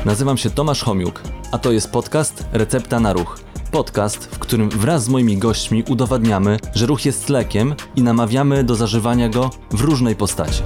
Nazywam się Tomasz Homiuk, a to jest podcast Recepta na Ruch. Podcast, w którym wraz z moimi gośćmi udowadniamy, że ruch jest lekiem i namawiamy do zażywania go w różnej postaci.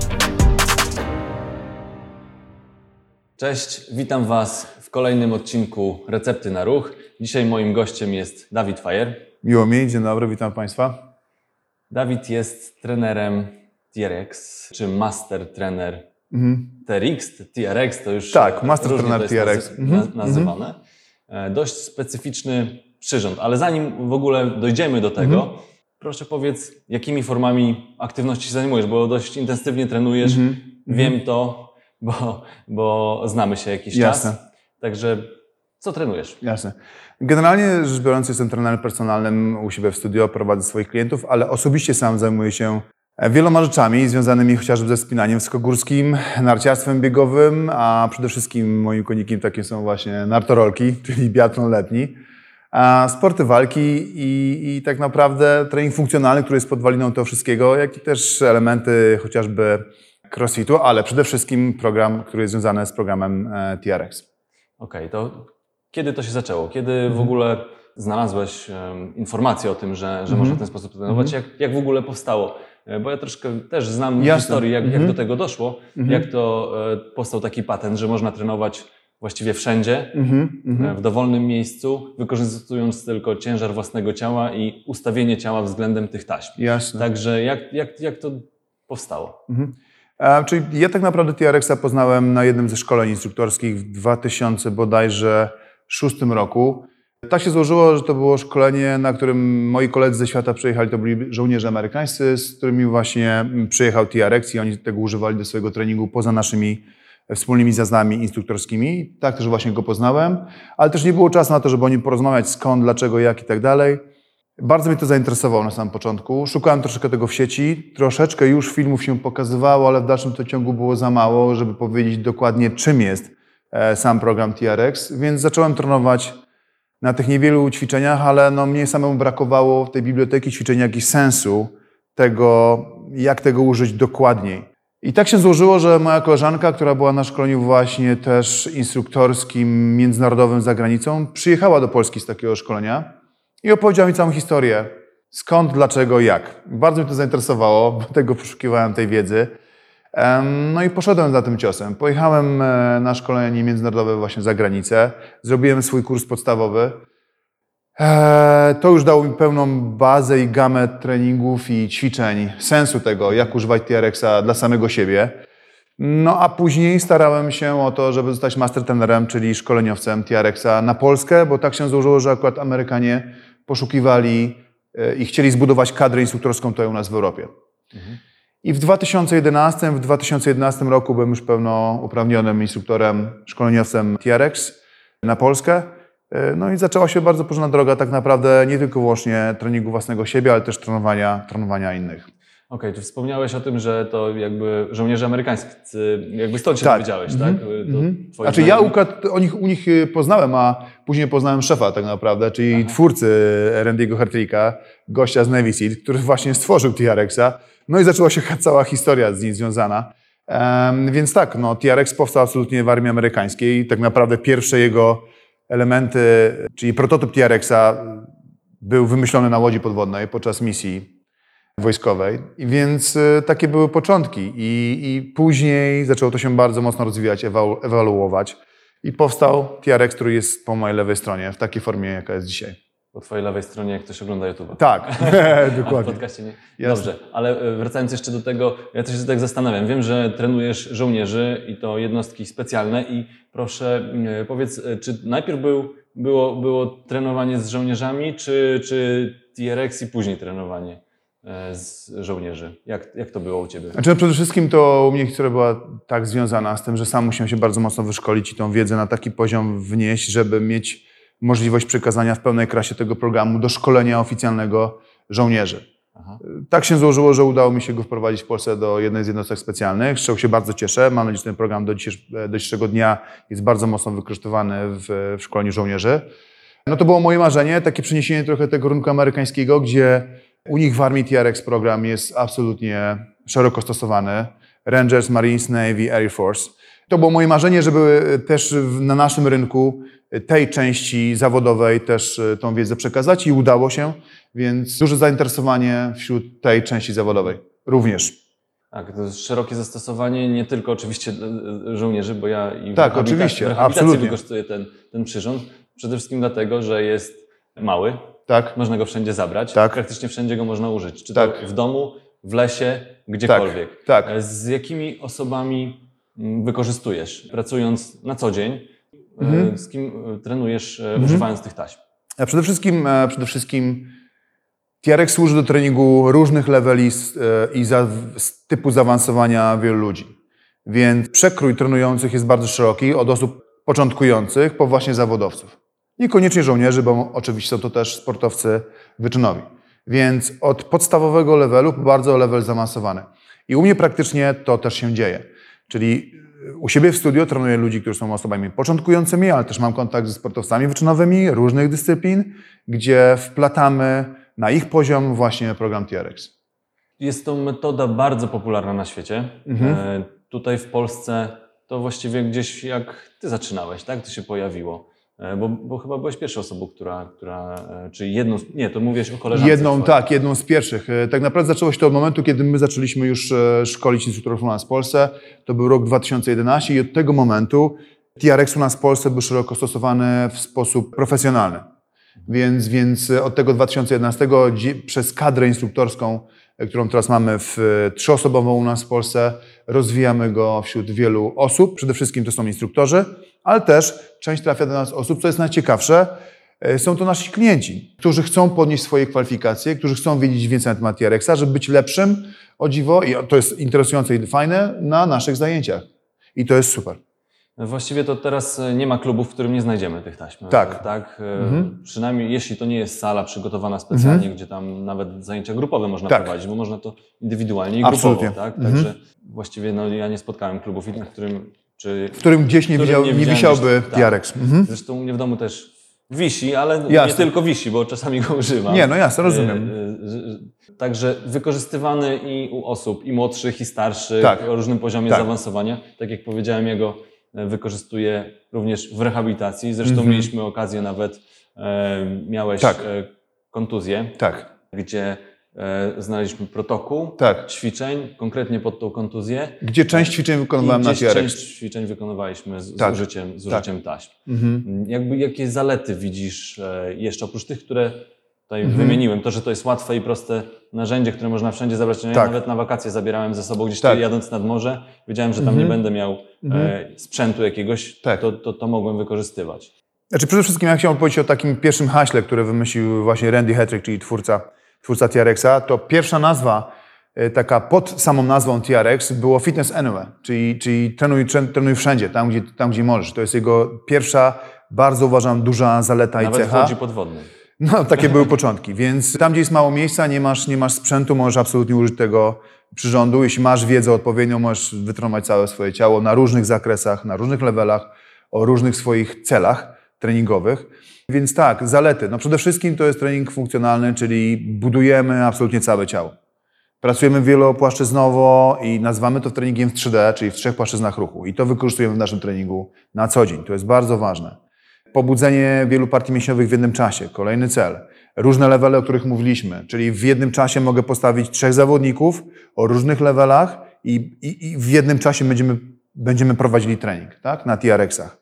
Cześć, witam Was w kolejnym odcinku Recepty na Ruch. Dzisiaj moim gościem jest Dawid Fajer. Miło mi, dzień dobry, witam Państwa. Dawid jest trenerem TRX, czy master trener TRX to już tak, master trener TRX nazywane. Dość specyficzny przyrząd, ale zanim w ogóle dojdziemy do tego, proszę powiedz, jakimi formami aktywności się zajmujesz, bo dość intensywnie trenujesz, wiem to, bo znamy się jakiś czas. Także co trenujesz? Jasne. Generalnie rzecz biorąc, jestem trenerem personalnym u siebie w studio, prowadzę swoich klientów, ale osobiście sam zajmuję się wieloma rzeczami związanymi chociażby ze wspinaniem wysokogórskim, narciarstwem biegowym, a przede wszystkim moim konikiem takie są właśnie nartorolki, czyli biatlon letni, sporty walki i tak naprawdę trening funkcjonalny, który jest podwaliną tego wszystkiego, jak i też elementy chociażby crossfitu, ale przede wszystkim program, który jest związany z programem TRX. Okej, to kiedy to się zaczęło? Kiedy w ogóle znalazłeś informację o tym, że można w ten sposób trenować? Jak w ogóle powstało? Bo ja troszkę też znam historię, jak do tego doszło, jak to powstał taki patent, że można trenować właściwie wszędzie, w dowolnym miejscu, wykorzystując tylko ciężar własnego ciała i ustawienie ciała względem tych taśm. Jasne. Także jak to powstało? Czyli ja tak naprawdę TRX-a poznałem na jednym ze szkoleń instruktorskich w 2006 roku. Tak się złożyło, że to było szkolenie, na którym moi koledzy ze świata przyjechali, to byli żołnierze amerykańscy, z którymi właśnie przyjechał TRX i oni tego używali do swojego treningu poza naszymi wspólnymi zjazdami instruktorskimi. Tak też właśnie go poznałem, ale też nie było czasu na to, żeby o nim porozmawiać, skąd, dlaczego, jak i tak dalej. Bardzo mnie to zainteresowało na samym początku. Szukałem troszeczkę tego w sieci, troszeczkę już filmów się pokazywało, ale w dalszym ciągu było za mało, żeby powiedzieć dokładnie, czym jest sam program TRX, więc zacząłem trenować na tych niewielu ćwiczeniach, ale mnie samemu brakowało w tej biblioteki ćwiczeń jakiś sensu tego, jak tego użyć dokładniej. I tak się złożyło, że moja koleżanka, która była na szkoleniu właśnie też instruktorskim, międzynarodowym za granicą, przyjechała do Polski z takiego szkolenia i opowiedziała mi całą historię. Skąd, dlaczego, jak. Bardzo mnie to zainteresowało, bo tego poszukiwałem, tej wiedzy. No i poszedłem za tym ciosem. Pojechałem na szkolenie międzynarodowe właśnie za granicę. Zrobiłem swój kurs podstawowy. To już dało mi pełną bazę i gamę treningów i ćwiczeń, sensu tego, jak używać TRX-a dla samego siebie. No a później starałem się o to, żeby zostać master trenerem, czyli szkoleniowcem TRX-a na Polskę, bo tak się złożyło, że akurat Amerykanie poszukiwali i chcieli zbudować kadrę instruktorską tutaj u nas w Europie. I w 2011 roku byłem już pełnouprawnionym instruktorem, szkoleniowcem TRX na Polskę. No i zaczęła się bardzo porządna droga tak naprawdę nie tylko wyłącznie treningu własnego siebie, ale też trenowania innych. Okej, tu wspomniałeś o tym, że to jakby żołnierze amerykańscy, jakby stąd się dowiedziałeś, tak? Znaczy ja u nich poznałem, a później poznałem szefa tak naprawdę, czyli twórcy Randy'ego Hartricka, gościa z Navy Seal, który właśnie stworzył TRX-a. No i zaczęła się cała historia z nim związana. Więc tak, TRX powstał absolutnie w armii amerykańskiej. Tak naprawdę pierwsze jego elementy, czyli prototyp TRX-a był wymyślony na łodzi podwodnej podczas misji wojskowej. I więc takie były początki. I później zaczęło to się bardzo mocno rozwijać, ewaluować. I powstał TRX, który jest po mojej lewej stronie, w takiej formie, jaka jest dzisiaj. Po twojej lewej stronie, jak ktoś ogląda YouTube. Tak, dokładnie. A w podcaście nie? Dobrze, ale wracając jeszcze do tego, ja też się tak zastanawiam. Wiem, że trenujesz żołnierzy i to jednostki specjalne i proszę powiedz, czy najpierw było trenowanie z żołnierzami, czy TRX i później trenowanie z żołnierzy? Jak to było u Ciebie? Znaczy, przede wszystkim to u mnie historia była tak związana z tym, że sam musiałem się bardzo mocno wyszkolić i tą wiedzę na taki poziom wnieść, żeby mieć możliwość przekazania w pełnej krasie tego programu do szkolenia oficjalnego żołnierzy. Tak się złożyło, że udało mi się go wprowadzić w Polsce do jednej z jednostek specjalnych, z czego się bardzo cieszę. Mam nadzieję, że ten program do dzisiejszego dnia jest bardzo mocno wykorzystywany w szkoleniu żołnierzy. No to było moje marzenie, takie przeniesienie trochę tego rynku amerykańskiego, gdzie u nich w armii TRX program jest absolutnie szeroko stosowany. Rangers, Marines, Navy, Air Force. To było moje marzenie, żeby też na naszym rynku tej części zawodowej też tą wiedzę przekazać i udało się, więc duże zainteresowanie wśród tej części zawodowej również. Tak, to jest szerokie zastosowanie, nie tylko oczywiście żołnierzy, bo ja i Tak, w oczywiście, rehabilitacji absolutnie. wykorzystuję ten przyrząd. Przede wszystkim dlatego, że jest mały, Tak, można go wszędzie zabrać, Tak. praktycznie wszędzie go można użyć. Czy Tak. to w domu, w lesie, gdziekolwiek. Tak. Z jakimi osobami wykorzystujesz, pracując na co dzień, z kim trenujesz, używając tych taśm? A przede wszystkim TRX służy do treningu różnych leveli i typu zaawansowania wielu ludzi. Więc przekrój trenujących jest bardzo szeroki, od osób początkujących po właśnie zawodowców. Niekoniecznie żołnierzy, bo oczywiście są to też sportowcy wyczynowi. Więc od podstawowego levelu po bardzo level zaawansowany. I u mnie praktycznie to też się dzieje. Czyli u siebie w studio trenuję ludzi, którzy są osobami początkującymi, ale też mam kontakt ze sportowcami wyczynowymi różnych dyscyplin, gdzie wplatamy na ich poziom właśnie program TRX. Jest to metoda bardzo popularna na świecie. Tutaj w Polsce to właściwie gdzieś jak ty zaczynałeś, tak? To się pojawiło. Bo chyba byłeś pierwszą osobą, czy jedną, nie, to mówiłeś o koleżance. Jedną z pierwszych. Tak naprawdę zaczęło się to od momentu, kiedy my zaczęliśmy już szkolić instruktorów u nas w Polsce. To był rok 2011 i od tego momentu TRX u nas w Polsce był szeroko stosowany w sposób profesjonalny. Więc od tego 2011 przez kadrę instruktorską, którą teraz mamy trzyosobową u nas w Polsce, rozwijamy go wśród wielu osób. Przede wszystkim to są instruktorzy, ale też część trafia do nas osób, co jest najciekawsze, są to nasi klienci, którzy chcą podnieść swoje kwalifikacje, którzy chcą wiedzieć więcej na temat TRX-a, żeby być lepszym, o dziwo, i to jest interesujące i fajne, na naszych zajęciach. I to jest super. Właściwie to teraz nie ma klubu, w którym nie znajdziemy tych taśm. Tak. Przynajmniej jeśli to nie jest sala przygotowana specjalnie, gdzie tam nawet zajęcia grupowe można prowadzić, bo można to indywidualnie i grupowo. Tak? Także właściwie ja nie spotkałem klubów, w którym gdzieś nie wisiałby TRX. Zresztą u mnie w domu też wisi, ale nie tylko wisi, bo czasami go używam. Nie, no jasne, rozumiem. Także wykorzystywany i u osób i młodszych, i starszych, o różnym poziomie zaawansowania. Tak jak powiedziałem, ja go wykorzystuję również w rehabilitacji. Zresztą mieliśmy okazję nawet, miałeś kontuzję, gdzie znaleźliśmy protokół ćwiczeń, konkretnie pod tą kontuzję. Gdzie część ćwiczeń wykonywałem na TRX. Część ćwiczeń wykonywaliśmy z użyciem taśm. Jakie zalety widzisz jeszcze, oprócz tych, które tutaj wymieniłem? To, że to jest łatwe i proste narzędzie, które można wszędzie zabrać. Ja nawet na wakacje zabierałem ze sobą gdzieś jadąc nad morze. Wiedziałem, że tam nie będę miał sprzętu jakiegoś, to mogłem wykorzystywać. Znaczy przede wszystkim ja chciałem powiedzieć o takim pierwszym haśle, które wymyślił właśnie Randy Hetrick, czyli twórca TRX-a. To pierwsza nazwa, taka pod samą nazwą TRX, było Fitness Anywhere, czyli trenuj wszędzie, tam gdzie możesz. To jest jego pierwsza, bardzo uważam, duża zaleta i cecha. Nawet w łodzi podwodnej. No, takie były początki, więc tam, gdzie jest mało miejsca, nie masz sprzętu, możesz absolutnie użyć tego przyrządu. Jeśli masz wiedzę odpowiednią, możesz wytrenować całe swoje ciało na różnych zakresach, na różnych levelach, o różnych swoich celach treningowych. Więc tak, zalety. No przede wszystkim to jest trening funkcjonalny, czyli budujemy absolutnie całe ciało. Pracujemy wielopłaszczyznowo i nazywamy to treningiem w 3D, czyli w 3 płaszczyznach ruchu. I to wykorzystujemy w naszym treningu na co dzień. To jest bardzo ważne. Pobudzenie wielu partii mięśniowych w jednym czasie. Kolejny cel. Różne levele, o których mówiliśmy. Czyli w jednym czasie mogę postawić 3 zawodników o różnych levelach i w jednym czasie będziemy prowadzili trening, tak? Na TRX-ach.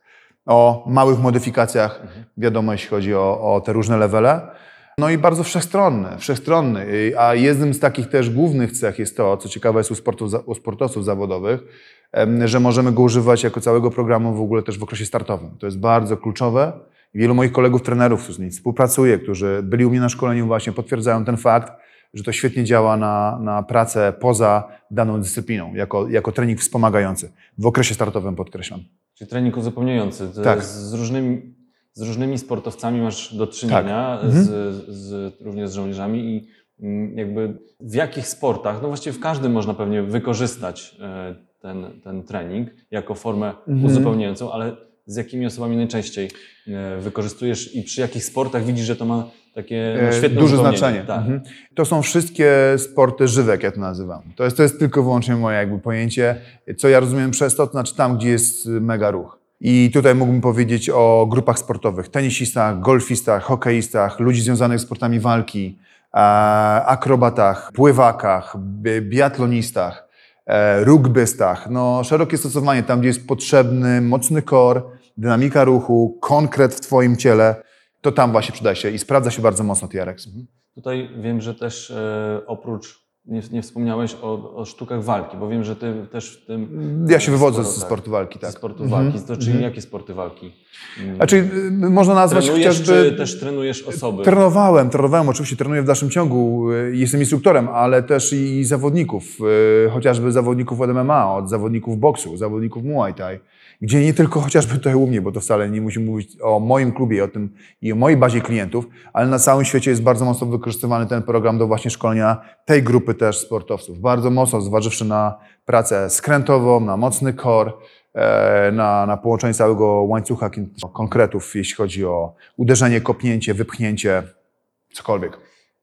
O małych modyfikacjach, wiadomo, jeśli chodzi o te różne levele. No i bardzo wszechstronny. A jednym z takich też głównych cech jest to, co ciekawe jest u sportowców zawodowych, że możemy go używać jako całego programu w ogóle też w okresie startowym. To jest bardzo kluczowe. Wielu moich kolegów, trenerów, którzy z nimi współpracuję, którzy byli u mnie na szkoleniu właśnie, potwierdzają ten fakt, że to świetnie działa na pracę poza daną dyscypliną, jako trening wspomagający. W okresie startowym podkreślam. Czyli trening uzupełniający. Z różnymi sportowcami masz do czynienia, również z żołnierzami i jakby w jakich sportach, no właściwie w każdym można pewnie wykorzystać ten trening jako formę uzupełniającą, ale z jakimi osobami najczęściej wykorzystujesz i przy jakich sportach widzisz, że to ma takie świetne duże uzupełnienie? znaczenie. Tak. To są wszystkie sporty żywe, jak ja to nazywam. To jest tylko wyłącznie moje jakby pojęcie. Co ja rozumiem przez to znaczy tam, gdzie jest mega ruch. I tutaj mógłbym powiedzieć o grupach sportowych. Tenisistach, golfistach, hokeistach, ludzi związanych z sportami walki, akrobatach, pływakach, biatlonistach, rugbystach. No, szerokie stosowanie tam, gdzie jest potrzebny mocny core, dynamika ruchu, konkret w twoim ciele, to tam właśnie przyda się i sprawdza się bardzo mocno TRX. Tutaj wiem, że też oprócz, nie wspomniałeś o sztukach walki, bo wiem, że ty też w tym... Ja się wywodzę ze sportu walki, tak. Ze sportu walki, to czyli jakie sporty walki? Znaczy, można nazwać Trenujesz, chociażby... czy też trenujesz osoby? Trenowałem, oczywiście trenuję w dalszym ciągu, jestem instruktorem, ale też i zawodników, chociażby zawodników od MMA, od zawodników boksu, zawodników Muay Thai, gdzie nie tylko chociażby tutaj u mnie, bo to wcale nie musimy mówić o moim klubie i o mojej bazie klientów, ale na całym świecie jest bardzo mocno wykorzystywany ten program do właśnie szkolenia tej grupy też sportowców. Bardzo mocno, zważywszy na pracę skrętową, na mocny core, na połączenie całego łańcucha konkretów, jeśli chodzi o uderzenie, kopnięcie, wypchnięcie, cokolwiek.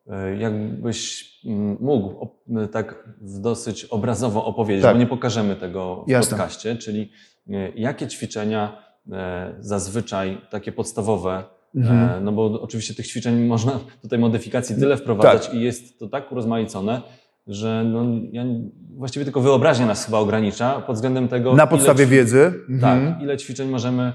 Jakbyś mógł tak dosyć obrazowo opowiedzieć, Tak. bo nie pokażemy tego w Jasne. podcaście, czyli jakie ćwiczenia zazwyczaj takie podstawowe, no bo oczywiście tych ćwiczeń można tutaj modyfikacji tyle wprowadzać Tak. i jest to tak urozmaicone, że no, właściwie tylko wyobraźnia nas chyba ogranicza pod względem tego... Na podstawie wiedzy. Tak, ile ćwiczeń możemy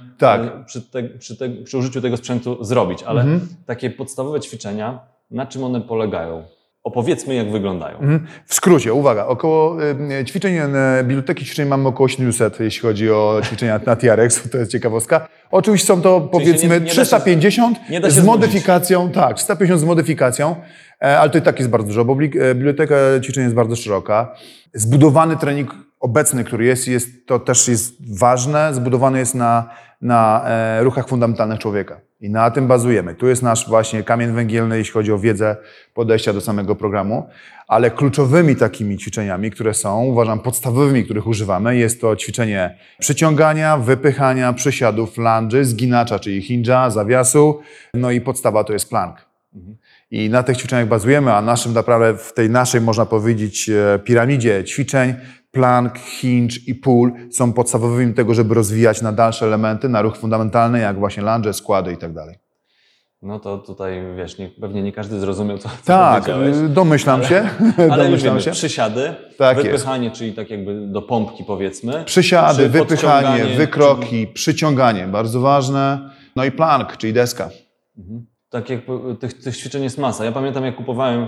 przy użyciu tego sprzętu zrobić, ale takie podstawowe ćwiczenia, na czym one polegają? Opowiedzmy, jak wyglądają. W skrócie, uwaga, około ćwiczeń, biblioteki ćwiczeń mamy około 700, jeśli chodzi o ćwiczenia na TRX, to jest ciekawostka. Oczywiście są to powiedzmy nie da się- 350 nie da się z modyfikacją, tak, 350 z modyfikacją, ale to i tak jest bardzo dużo, bo biblioteka ćwiczeń jest bardzo szeroka. Zbudowany trening obecny, który jest, to też jest ważne, zbudowany jest na ruchach fundamentalnych człowieka. I na tym bazujemy. Tu jest nasz właśnie kamień węgielny, jeśli chodzi o wiedzę podejścia do samego programu, ale kluczowymi takimi ćwiczeniami, które są, uważam, podstawowymi, których używamy, jest to ćwiczenie przyciągania, wypychania, przysiadów, lunge'y, zginacza, czyli hinge'a, zawiasu, no i podstawa to jest plank. I na tych ćwiczeniach bazujemy, a naszym naprawdę w tej naszej, można powiedzieć, piramidzie ćwiczeń, plank, hinge i pull są podstawowymi tego, żeby rozwijać na dalsze elementy, na ruch fundamentalny, jak właśnie lunge, składy i tak dalej. No to tutaj, wiesz, pewnie nie każdy zrozumiał, co Tak, powiedziałeś. domyślam się. Ale już wiemy, się. przysiady, Tak wypychanie, czyli tak jakby do pompki powiedzmy. Przysiady, czy wypychanie, podciąganie, wykroki, przyciąganie, bardzo ważne. No i plank, czyli deska. Tak jak tych ćwiczeń jest masa. Ja pamiętam, jak kupowałem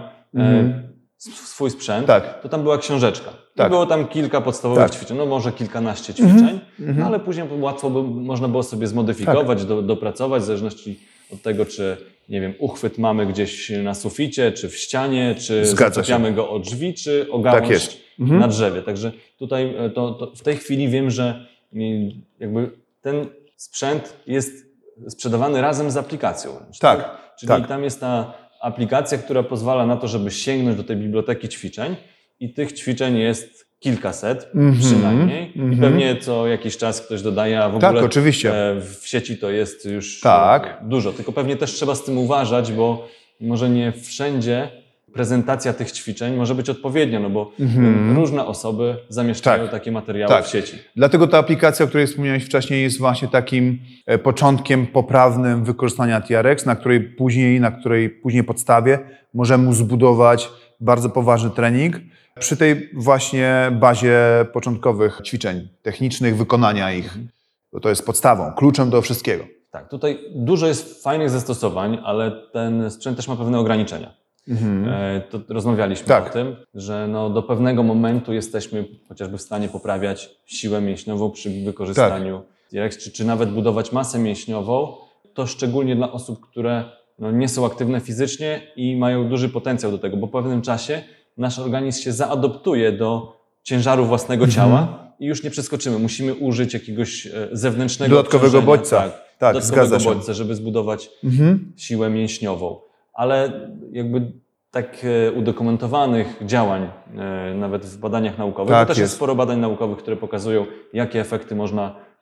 swój sprzęt, Tak. to tam była książeczka. Tak. I było tam kilka podstawowych Tak. ćwiczeń, no może kilkanaście ćwiczeń, no ale później łatwo można było sobie zmodyfikować, dopracować, w zależności od tego, czy, nie wiem, uchwyt mamy gdzieś na suficie, czy w ścianie, czy zaczepiamy go o drzwi, czy o gałąź jest. na drzewie. Także tutaj to w tej chwili wiem, że jakby ten sprzęt jest sprzedawany razem z aplikacją. Tak. Czyli tak. tam jest ta aplikacja, która pozwala na to, żeby sięgnąć do tej biblioteki ćwiczeń i tych ćwiczeń jest kilkaset przynajmniej i pewnie co jakiś czas ktoś dodaje, a w ogóle oczywiście. W sieci to jest już dużo. Tylko pewnie też trzeba z tym uważać, bo może nie wszędzie prezentacja tych ćwiczeń może być odpowiednia, no bo różne osoby zamieszczają takie materiały w sieci. Dlatego ta aplikacja, o której wspomniałeś wcześniej, jest właśnie takim początkiem poprawnym wykorzystania TRX, na której później podstawie możemy zbudować bardzo poważny trening przy tej właśnie bazie początkowych ćwiczeń technicznych, wykonania ich. Bo to jest podstawą, kluczem do wszystkiego. Tak, tutaj dużo jest fajnych zastosowań, ale ten sprzęt też ma pewne ograniczenia. To rozmawialiśmy o tym, że no do pewnego momentu jesteśmy chociażby w stanie poprawiać siłę mięśniową przy wykorzystaniu TRX, czy nawet budować masę mięśniową. To szczególnie dla osób, które nie są aktywne fizycznie i mają duży potencjał do tego, bo po pewnym czasie nasz organizm się zaadoptuje do ciężaru własnego ciała i już nie przeskoczymy. Musimy użyć jakiegoś zewnętrznego dodatkowego bodźca. Dodatkowego bodźca, żeby zbudować siłę mięśniową. Ale jakby tak udokumentowanych działań, nawet w badaniach naukowych, to też jest sporo badań naukowych, które pokazują, jakie efekty można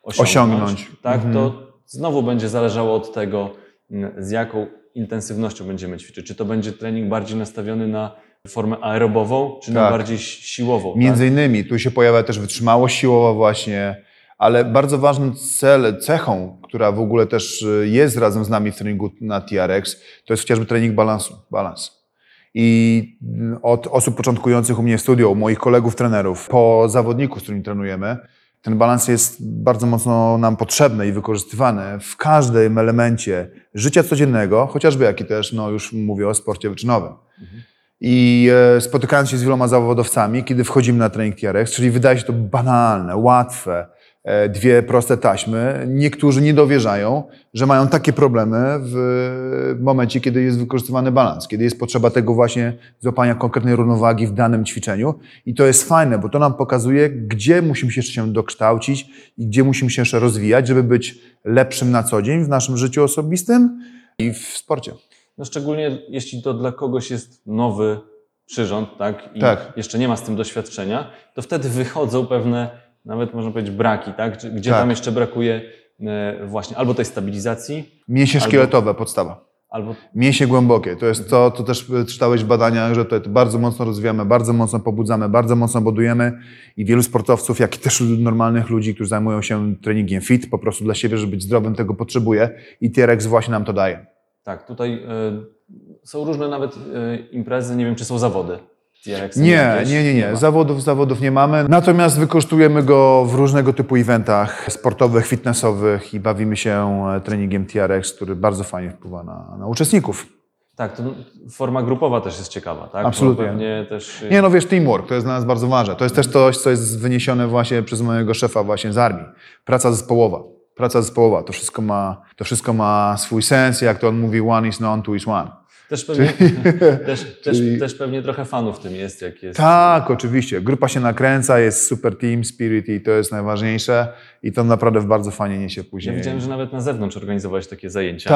osiągnąć. Tak, to znowu będzie zależało od tego, z jaką intensywnością będziemy ćwiczyć. Czy to będzie trening bardziej nastawiony na formę aerobową, czy na bardziej siłową. Między innymi, tu się pojawia też wytrzymałość siłowa właśnie, ale bardzo ważnym cechą, która w ogóle też jest razem z nami w treningu na TRX, to jest chociażby trening balans. I od osób początkujących u mnie w studiu, u moich kolegów trenerów, po zawodników, z którymi trenujemy, ten balans jest bardzo mocno nam potrzebny i wykorzystywany w każdym elemencie życia codziennego, chociażby jak i też, już mówię o sporcie wyczynowym. I spotykając się z wieloma zawodowcami, kiedy wchodzimy na trening TRX, czyli wydaje się to banalne, łatwe, dwie proste taśmy, niektórzy nie dowierzają, że mają takie problemy w momencie, kiedy jest wykorzystywany balans, kiedy jest potrzeba tego właśnie złapania konkretnej równowagi w danym ćwiczeniu. I to jest fajne, bo to nam pokazuje, gdzie musimy się jeszcze dokształcić i gdzie musimy się jeszcze rozwijać, żeby być lepszym na co dzień w naszym życiu osobistym i w sporcie. No szczególnie jeśli to dla kogoś jest nowy przyrząd, tak? I jeszcze nie ma z tym doświadczenia, to wtedy wychodzą pewne, nawet można powiedzieć, braki, tak? Gdzie tam jeszcze brakuje właśnie albo tej stabilizacji. Mięśnie szkieletowe, podstawa. Mięśnie głębokie. To jest to też czytałeś w badaniach, że to bardzo mocno rozwijamy, bardzo mocno pobudzamy, bardzo mocno budujemy i wielu sportowców, jak i też normalnych ludzi, którzy zajmują się treningiem fit, po prostu dla siebie, żeby być zdrowym, tego potrzebuje i TRX właśnie nam to daje. Tak, tutaj są różne nawet imprezy, nie wiem, czy są zawody. Nie. Zawodów nie mamy. Natomiast wykorzystujemy go w różnego typu eventach sportowych, fitnessowych i bawimy się treningiem TRX, który bardzo fajnie wpływa na uczestników. Tak, to forma grupowa też jest ciekawa, tak? Absolutnie. Pewnie też... Teamwork, to jest dla nas bardzo ważne. To jest też coś, co jest wyniesione właśnie przez mojego szefa właśnie z armii. Praca zespołowa. To wszystko ma swój sens. Jak to on mówi, one is none, two is one. Też pewnie trochę fanów w tym jest, jak jest. Tak, oczywiście. Grupa się nakręca, jest super team spirit i to jest najważniejsze i to naprawdę bardzo fajnie niesie później. Ja widziałem, że nawet na zewnątrz organizowałeś takie zajęcia.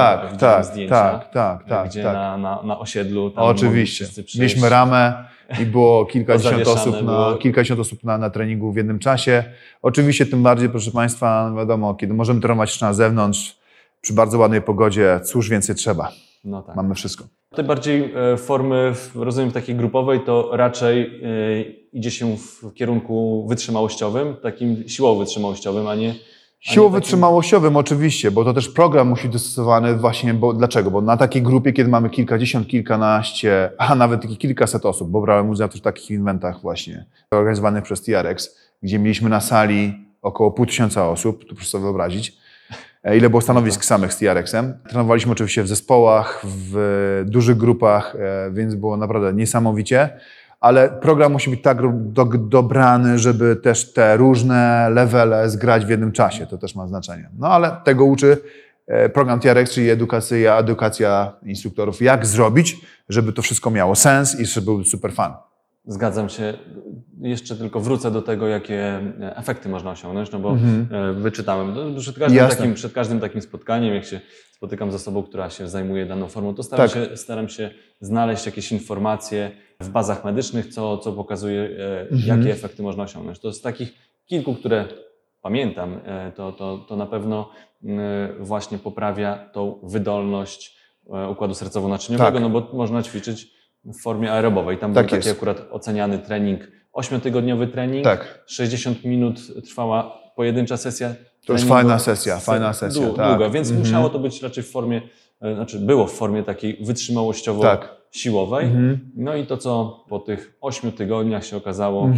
Tak. Gdzie na osiedlu. Tam oczywiście. Mieliśmy ramę i było kilkadziesiąt osób na treningu w jednym czasie. Oczywiście tym bardziej, proszę Państwa, wiadomo, kiedy możemy trenować jeszcze na zewnątrz, przy bardzo ładnej pogodzie, cóż więcej trzeba. No tak. Mamy wszystko. Tutaj bardziej formy, rozumiem, takiej grupowej, to raczej idzie się w kierunku wytrzymałościowym, takim siłowo-wytrzymałościowym, a nie... Siłowo-wytrzymałościowym oczywiście, bo to też program musi być dostosowany właśnie, dlaczego? Bo na takiej grupie, kiedy mamy kilkadziesiąt, kilkanaście, a nawet kilkaset osób, bo brałem udział też w takich eventach właśnie organizowanych przez TRX, gdzie mieliśmy na sali około 500 osób, tu proszę sobie wyobrazić, ile było stanowisk samych z TRX-em. Trenowaliśmy oczywiście w zespołach, w dużych grupach, więc było naprawdę niesamowicie, ale program musi być tak dobrany, żeby też te różne levele zgrać w jednym czasie. To też ma znaczenie. No ale tego uczy program TRX, czyli edukacja instruktorów, jak zrobić, żeby to wszystko miało sens i żeby był super fan. Zgadzam się. Jeszcze tylko wrócę do tego, jakie efekty można osiągnąć, no bo wyczytałem. Przed każdym takim spotkaniem, jak się spotykam z osobą, która się zajmuje daną formą, to staram się znaleźć jakieś informacje w bazach medycznych, co pokazuje, jakie efekty można osiągnąć. To z takich kilku, które pamiętam, to na pewno właśnie poprawia tą wydolność układu sercowo-naczyniowego, no bo można ćwiczyć w formie aerobowej. Tam był taki akurat oceniany trening, 8-tygodniowy trening, 60 minut trwała pojedyncza sesja. To jest fajna sesja. Długa, więc musiało to być raczej w formie, było w formie takiej wytrzymałościowo-siłowej. No i to, co po tych 8 tygodniach się okazało,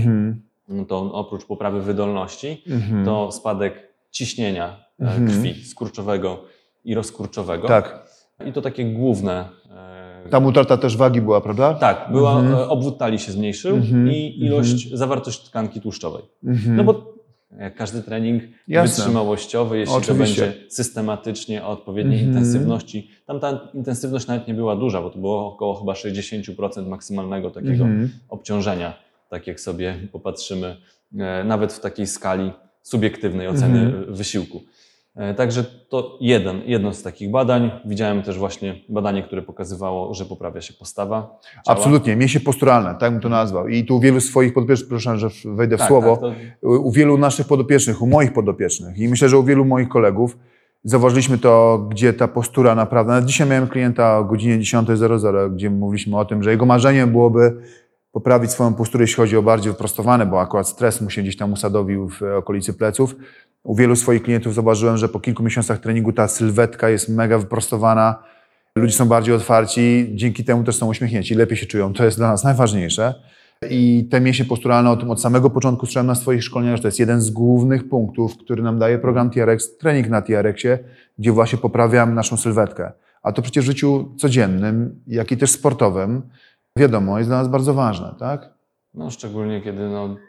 to oprócz poprawy wydolności, to spadek ciśnienia krwi skurczowego i rozkurczowego. I to takie główne. Tam utrata też wagi była, prawda? Tak, obwód talii się zmniejszył i zawartość tkanki tłuszczowej. No bo jak każdy trening wytrzymałościowy, jeśli to będzie systematycznie o odpowiedniej intensywności, tam ta intensywność nawet nie była duża, bo to było około chyba 60% maksymalnego takiego obciążenia, tak jak sobie popatrzymy, nawet w takiej skali subiektywnej oceny wysiłku. Także to jedno z takich badań. Widziałem też właśnie badanie, które pokazywało, że poprawia się postawa ciała. Absolutnie, mięśnie posturalne, tak bym to nazwał. I tu wielu swoich podopiecznych, przepraszam, że wejdę w słowo, u wielu naszych podopiecznych, u moich podopiecznych i myślę, że u wielu moich kolegów zauważyliśmy to, gdzie ta postura naprawdę... Nawet dzisiaj miałem klienta o godzinie 10:00, gdzie mówiliśmy o tym, że jego marzeniem byłoby poprawić swoją posturę, jeśli chodzi o bardziej wyprostowane, bo akurat stres mu się gdzieś tam usadowił w okolicy pleców. U wielu swoich klientów zauważyłem, że po kilku miesiącach treningu ta sylwetka jest mega wyprostowana, ludzie są bardziej otwarci, dzięki temu też są uśmiechnięci, lepiej się czują. To jest dla nas najważniejsze. I te mięśnie posturalne, o tym od samego początku słyszałem na swoich szkoleniach, że to jest jeden z głównych punktów, który nam daje program TRX, trening na TRX-ie, gdzie właśnie poprawiam naszą sylwetkę. A to przecież w życiu codziennym, jak i też sportowym, wiadomo, jest dla nas bardzo ważne, tak? No szczególnie kiedy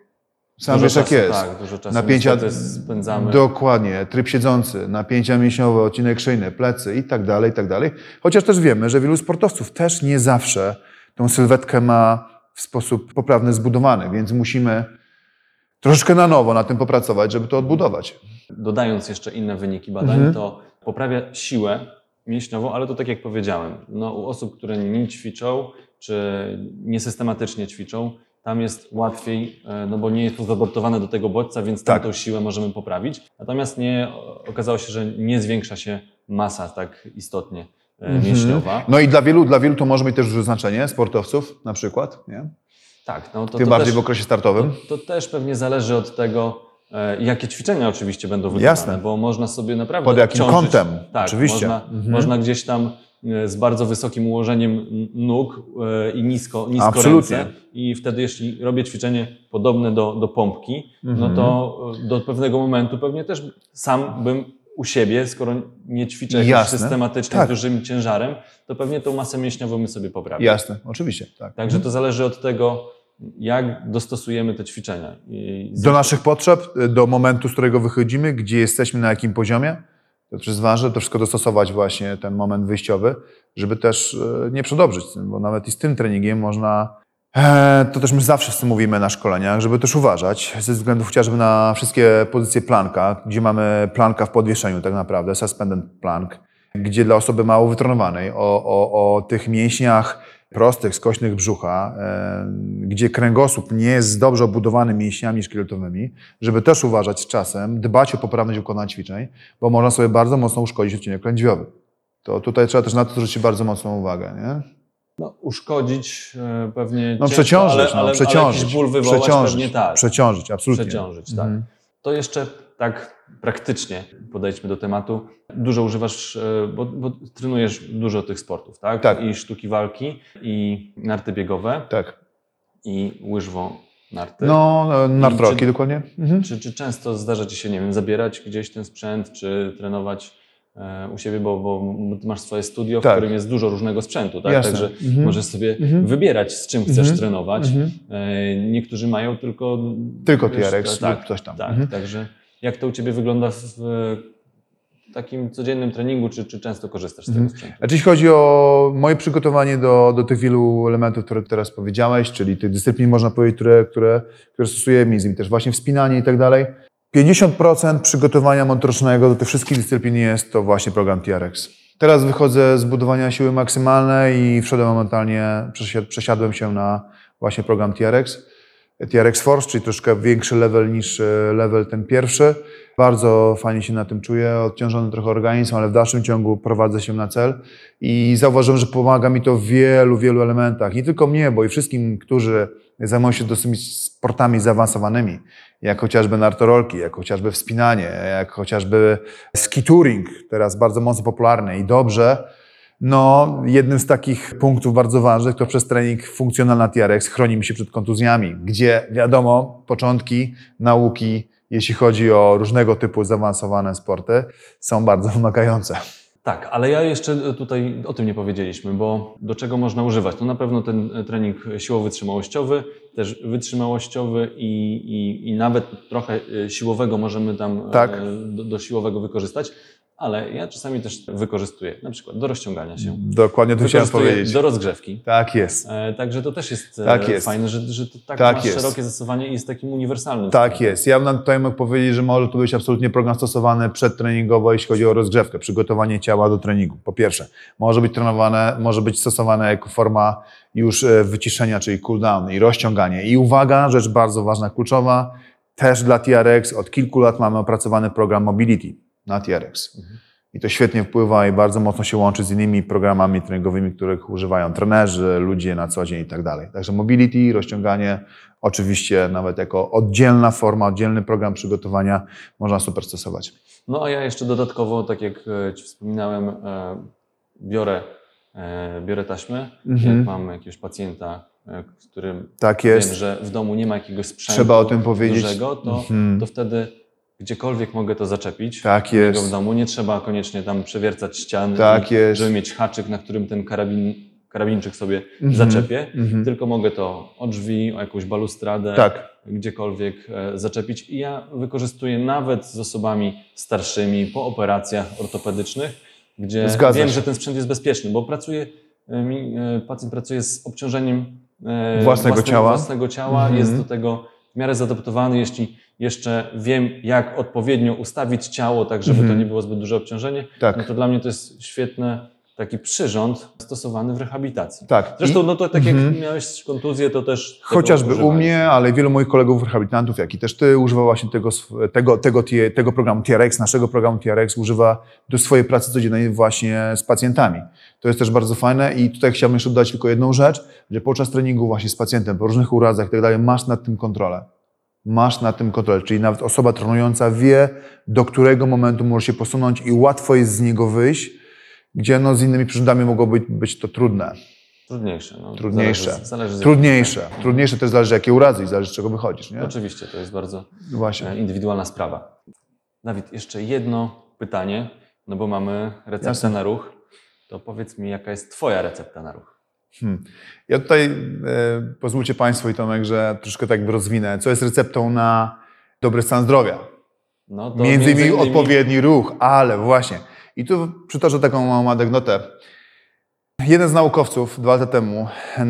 sam wiesz jak jest. Tak, dużo czasu napięcia spędzamy. Dokładnie, tryb siedzący, napięcia mięśniowe, odcinek szyjny, plecy i tak dalej, i tak dalej. Chociaż też wiemy, że wielu sportowców też nie zawsze tą sylwetkę ma w sposób poprawny zbudowany, więc musimy troszeczkę na nowo na tym popracować, żeby to odbudować. Dodając jeszcze inne wyniki badań, to poprawia siłę mięśniową, ale to tak jak powiedziałem, u osób, które nie ćwiczą, czy niesystematycznie ćwiczą, tam jest łatwiej, bo nie jest to zaadoptowane do tego bodźca, więc tamtą siłę możemy poprawić. Natomiast okazało się, że nie zwiększa się masa tak istotnie mięśniowa. No i dla wielu to może mieć też duże znaczenie, sportowców na przykład, nie? Tak. Tym bardziej w okresie startowym. To też pewnie zależy od tego, jakie ćwiczenia oczywiście będą wykonane, bo można sobie naprawdę pod jakim kątem, tak, oczywiście. Można gdzieś tam z bardzo wysokim ułożeniem nóg i nisko ręce. I wtedy jeśli robię ćwiczenie podobne do pompki, no to do pewnego momentu pewnie też sam bym u siebie, skoro nie ćwiczę systematycznie z dużym ciężarem, to pewnie tą masę mięśniową my sobie poprawię. Jasne, oczywiście. Tak. Także to zależy od tego, jak dostosujemy te ćwiczenia. Do naszych potrzeb, do momentu, z którego wychodzimy, gdzie jesteśmy, na jakim poziomie. To też jest ważne, to wszystko dostosować właśnie ten moment wyjściowy, żeby też nie przedobrzyć, bo nawet i z tym treningiem można, to też my zawsze z tym mówimy na szkoleniach, żeby też uważać, ze względu chociażby na wszystkie pozycje planka, gdzie mamy planka w podwieszeniu tak naprawdę, suspended plank, gdzie dla osoby mało wytrenowanej, o tych mięśniach prostych, skośnych brzucha, gdzie kręgosłup nie jest dobrze obudowany mięśniami szkieletowymi, żeby też uważać z czasem, dbać o poprawność wykonania ćwiczeń, bo można sobie bardzo mocno uszkodzić odcinek lędźwiowy. To tutaj trzeba też na to zwrócić bardzo mocną uwagę, nie? Uszkodzić pewnie przeciążyć, ale jakiś ból wywołać pewnie tak. Przeciążyć, absolutnie. Przeciążyć, tak. To jeszcze tak praktycznie podejdźmy do tematu. Dużo używasz, bo trenujesz dużo tych sportów, tak? Tak. I sztuki walki, i narty biegowe, tak. I łyżwo-narty. Nartrolki dokładnie. Czy często zdarza Ci się, nie wiem, zabierać gdzieś ten sprzęt, czy trenować u siebie, bo Ty masz swoje studio, w którym jest dużo różnego sprzętu, tak? Jasne. Także możesz sobie wybierać, z czym chcesz trenować. Niektórzy mają tylko TRX lub coś tam. Tak, także jak to u Ciebie wygląda w takim codziennym treningu, czy często korzystasz z tego sprzętu? Jeśli chodzi o moje przygotowanie do tych wielu elementów, które teraz powiedziałeś, czyli tych dyscyplin, można powiedzieć, które stosuję, między innymi też właśnie wspinanie i tak dalej, 50% przygotowania motorycznego do tych wszystkich dyscyplin jest to właśnie program TRX. Teraz wychodzę z budowania siły maksymalnej i wszedłem momentalnie, przesiadłem się na właśnie program TRX Force, czyli troszkę większy level niż level ten pierwszy. Bardzo fajnie się na tym czuję, odciążony trochę organizm, ale w dalszym ciągu prowadzę się na cel i zauważyłem, że pomaga mi to w wielu elementach. Nie tylko mnie, bo i wszystkim, którzy zajmują się dosyć sportami zaawansowanymi, jak chociażby nartorolki, jak chociażby wspinanie, jak chociażby ski touring, teraz bardzo mocno popularny i dobrze. Jednym z takich punktów bardzo ważnych to przez trening funkcjonalny TRX chronimy się przed kontuzjami, gdzie wiadomo, początki nauki, jeśli chodzi o różnego typu zaawansowane sporty, są bardzo wymagające. Tak, ale ja jeszcze tutaj o tym nie powiedzieliśmy, bo do czego można używać? To na pewno ten trening siłowo-wytrzymałościowy, też wytrzymałościowy i nawet trochę siłowego możemy tam do siłowego wykorzystać, ale ja czasami też wykorzystuję, na przykład do rozciągania się. Dokładnie to chciałem powiedzieć. Do rozgrzewki. Tak jest. Także to też jest, jest. fajne, że to tak Tak masz jest. szerokie zastosowanie i jest takim uniwersalnym. Tak jest. Ja bym tutaj mógł powiedzieć, że może to być absolutnie program stosowany przedtreningowo, jeśli chodzi o rozgrzewkę, przygotowanie ciała do treningu. Po pierwsze, może być trenowane, może być stosowane jako forma już wyciszenia, czyli cool down i rozciąganie. I uwaga, rzecz bardzo ważna, kluczowa, też dla TRX od kilku lat mamy opracowany program Mobility na TRX. I to świetnie wpływa i bardzo mocno się łączy z innymi programami treningowymi, których używają trenerzy, ludzie na co dzień i tak dalej. Także mobility, rozciąganie, oczywiście nawet jako oddzielna forma, oddzielny program przygotowania można super stosować. No a ja jeszcze dodatkowo, tak jak Ci wspominałem, biorę taśmę, jak mam jakiegoś pacjenta, z którym wiem, że w domu nie ma jakiegoś sprzętu trzeba o tym powiedzieć. dużego, to wtedy gdziekolwiek mogę to zaczepić w domu. Nie trzeba koniecznie tam przewiercać ścian, żeby mieć haczyk, na którym ten karabinczyk sobie zaczepię, tylko mogę to o drzwi, o jakąś balustradę, gdziekolwiek zaczepić. I ja wykorzystuję nawet z osobami starszymi po operacjach ortopedycznych, gdzie wiem, że ten sprzęt jest bezpieczny, bo pacjent pracuje z obciążeniem własnego ciała, jest do tego w miarę zaadaptowany. Jeśli jeszcze wiem, jak odpowiednio ustawić ciało, tak żeby to nie było zbyt duże obciążenie, no to dla mnie to jest świetny taki przyrząd stosowany w rehabilitacji. Zresztą, no to tak jak miałeś kontuzję, to też chociażby u mnie, ale wielu moich kolegów rehabilitantów, jak i też ty, używa właśnie tego programu TRX, naszego programu TRX, używa do swojej pracy codziennej właśnie z pacjentami. To jest też bardzo fajne i tutaj chciałbym jeszcze dodać tylko jedną rzecz, że podczas treningu właśnie z pacjentem, po różnych urazach i tak dalej, masz nad tym kontrolę. Czyli nawet osoba trenująca wie, do którego momentu może się posunąć i łatwo jest z niego wyjść, gdzie no z innymi przyrządami mogło być to trudne. Trudniejsze. No. Trudniejsze też zależy jakie urazy i zależy z czego wychodzisz. Nie? Oczywiście, to jest bardzo indywidualna sprawa. Dawid, jeszcze jedno pytanie, no bo mamy receptę na ruch. To powiedz mi, jaka jest Twoja recepta na ruch? Ja tutaj, pozwólcie Państwo i Tomek, że troszkę tak rozwinę, co jest receptą na dobry stan zdrowia. No to między innymi odpowiedni ruch, ale właśnie. I tu przytoczę taką małą anegdotę. Jeden z naukowców 2 lata temu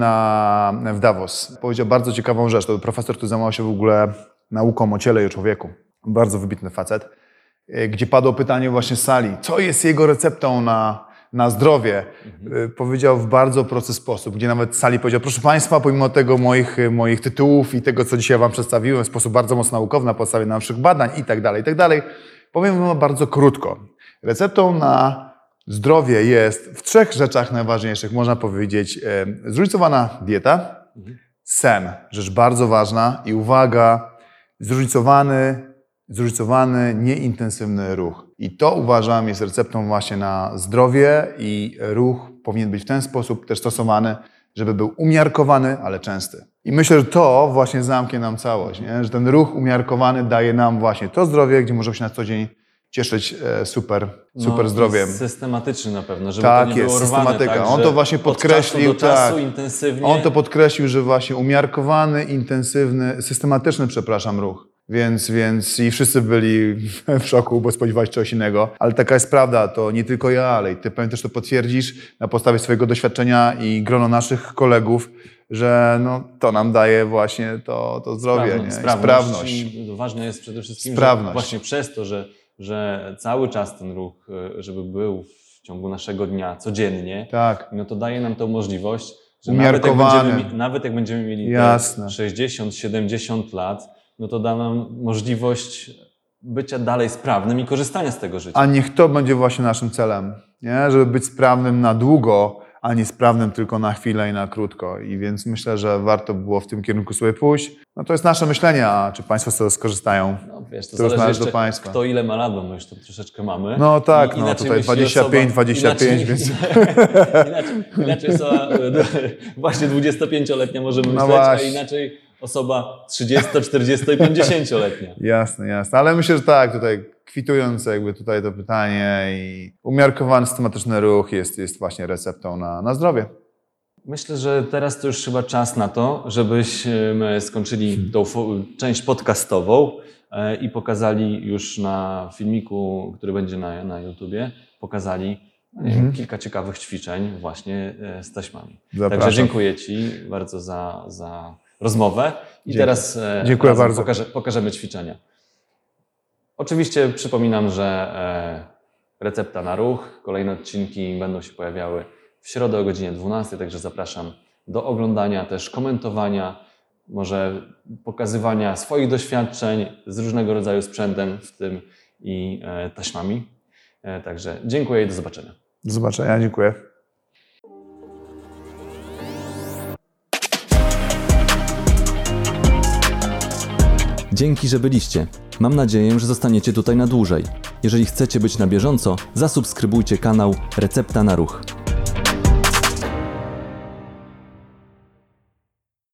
w Davos powiedział bardzo ciekawą rzecz. To był profesor, który zajmował się w ogóle nauką o ciele i o człowieku. Bardzo wybitny facet. Gdzie padło pytanie właśnie z sali, co jest jego receptą na zdrowie. Powiedział w bardzo prosty sposób, gdzie nawet z sali powiedział, proszę Państwa, pomimo tego moich tytułów i tego, co dzisiaj Wam przedstawiłem w sposób bardzo mocno naukowy, na podstawie naszych badań i tak dalej, powiem Wam bardzo krótko. Receptą na zdrowie jest w 3 rzeczach najważniejszych, można powiedzieć, zróżnicowana dieta, sen, rzecz bardzo ważna i uwaga, zróżnicowany, nieintensywny ruch. I to uważam jest receptą właśnie na zdrowie i ruch powinien być w ten sposób też stosowany, żeby był umiarkowany, ale częsty. I myślę, że to właśnie zamknie nam całość, nie? Że ten ruch umiarkowany daje nam właśnie to zdrowie, gdzie możemy się na co dzień cieszyć super zdrowiem. Systematyczny na pewno, żeby to nie było rwane. Systematyka. Tak, on to właśnie podkreślił. Od czasu do czasu intensywnie. On to podkreślił, że właśnie umiarkowany, systematyczny ruch. Więc i wszyscy byli w szoku, bo spodziewali się czegoś innego. Ale taka jest prawda, to nie tylko ja, ale i ty pewnie też to potwierdzisz na podstawie swojego doświadczenia i grono naszych kolegów, że no, to nam daje właśnie to zdrowie, sprawność. I ważne jest przede wszystkim, że właśnie przez to, że cały czas ten ruch, żeby był w ciągu naszego dnia, codziennie, no to daje nam tą możliwość, że nawet jak będziemy mieli 60-70 lat, no to da nam możliwość bycia dalej sprawnym i korzystania z tego życia. A niech to będzie właśnie naszym celem, nie? Żeby być sprawnym na długo, a nie sprawnym tylko na chwilę i na krótko. I więc myślę, że warto było w tym kierunku sobie pójść. No to jest nasze myślenie, a czy Państwo z tego skorzystają? No wiesz, to zależy jeszcze do Państwa. Kto ile ma lat, bo my już to troszeczkę mamy. No tak, no tutaj 25, więc... Inaczej osoba właśnie 25-letnia możemy myśleć, a inaczej osoba 30, 40 i 50-letnia. Jasne. Ale myślę, że tak, tutaj kwitując jakby tutaj to pytanie i umiarkowany, systematyczny ruch jest właśnie receptą na zdrowie. Myślę, że teraz to już chyba czas na to, żebyśmy skończyli tą część podcastową. i pokazali już na filmiku, który będzie na YouTubie, pokazali nie wiem, kilka ciekawych ćwiczeń właśnie z taśmami. Zapraszam. Także dziękuję Ci bardzo za rozmowę i Dzięki. teraz Dziękuję bardzo. pokażemy ćwiczenia. Oczywiście przypominam, że Recepta na ruch, kolejne odcinki będą się pojawiały w środę o godzinie 12, także zapraszam do oglądania, też komentowania, może pokazywania swoich doświadczeń z różnego rodzaju sprzętem, w tym i taśmami. Także dziękuję i do zobaczenia. Do zobaczenia, dziękuję. Dzięki, że byliście. Mam nadzieję, że zostaniecie tutaj na dłużej. Jeżeli chcecie być na bieżąco, zasubskrybujcie kanał Recepta na ruch.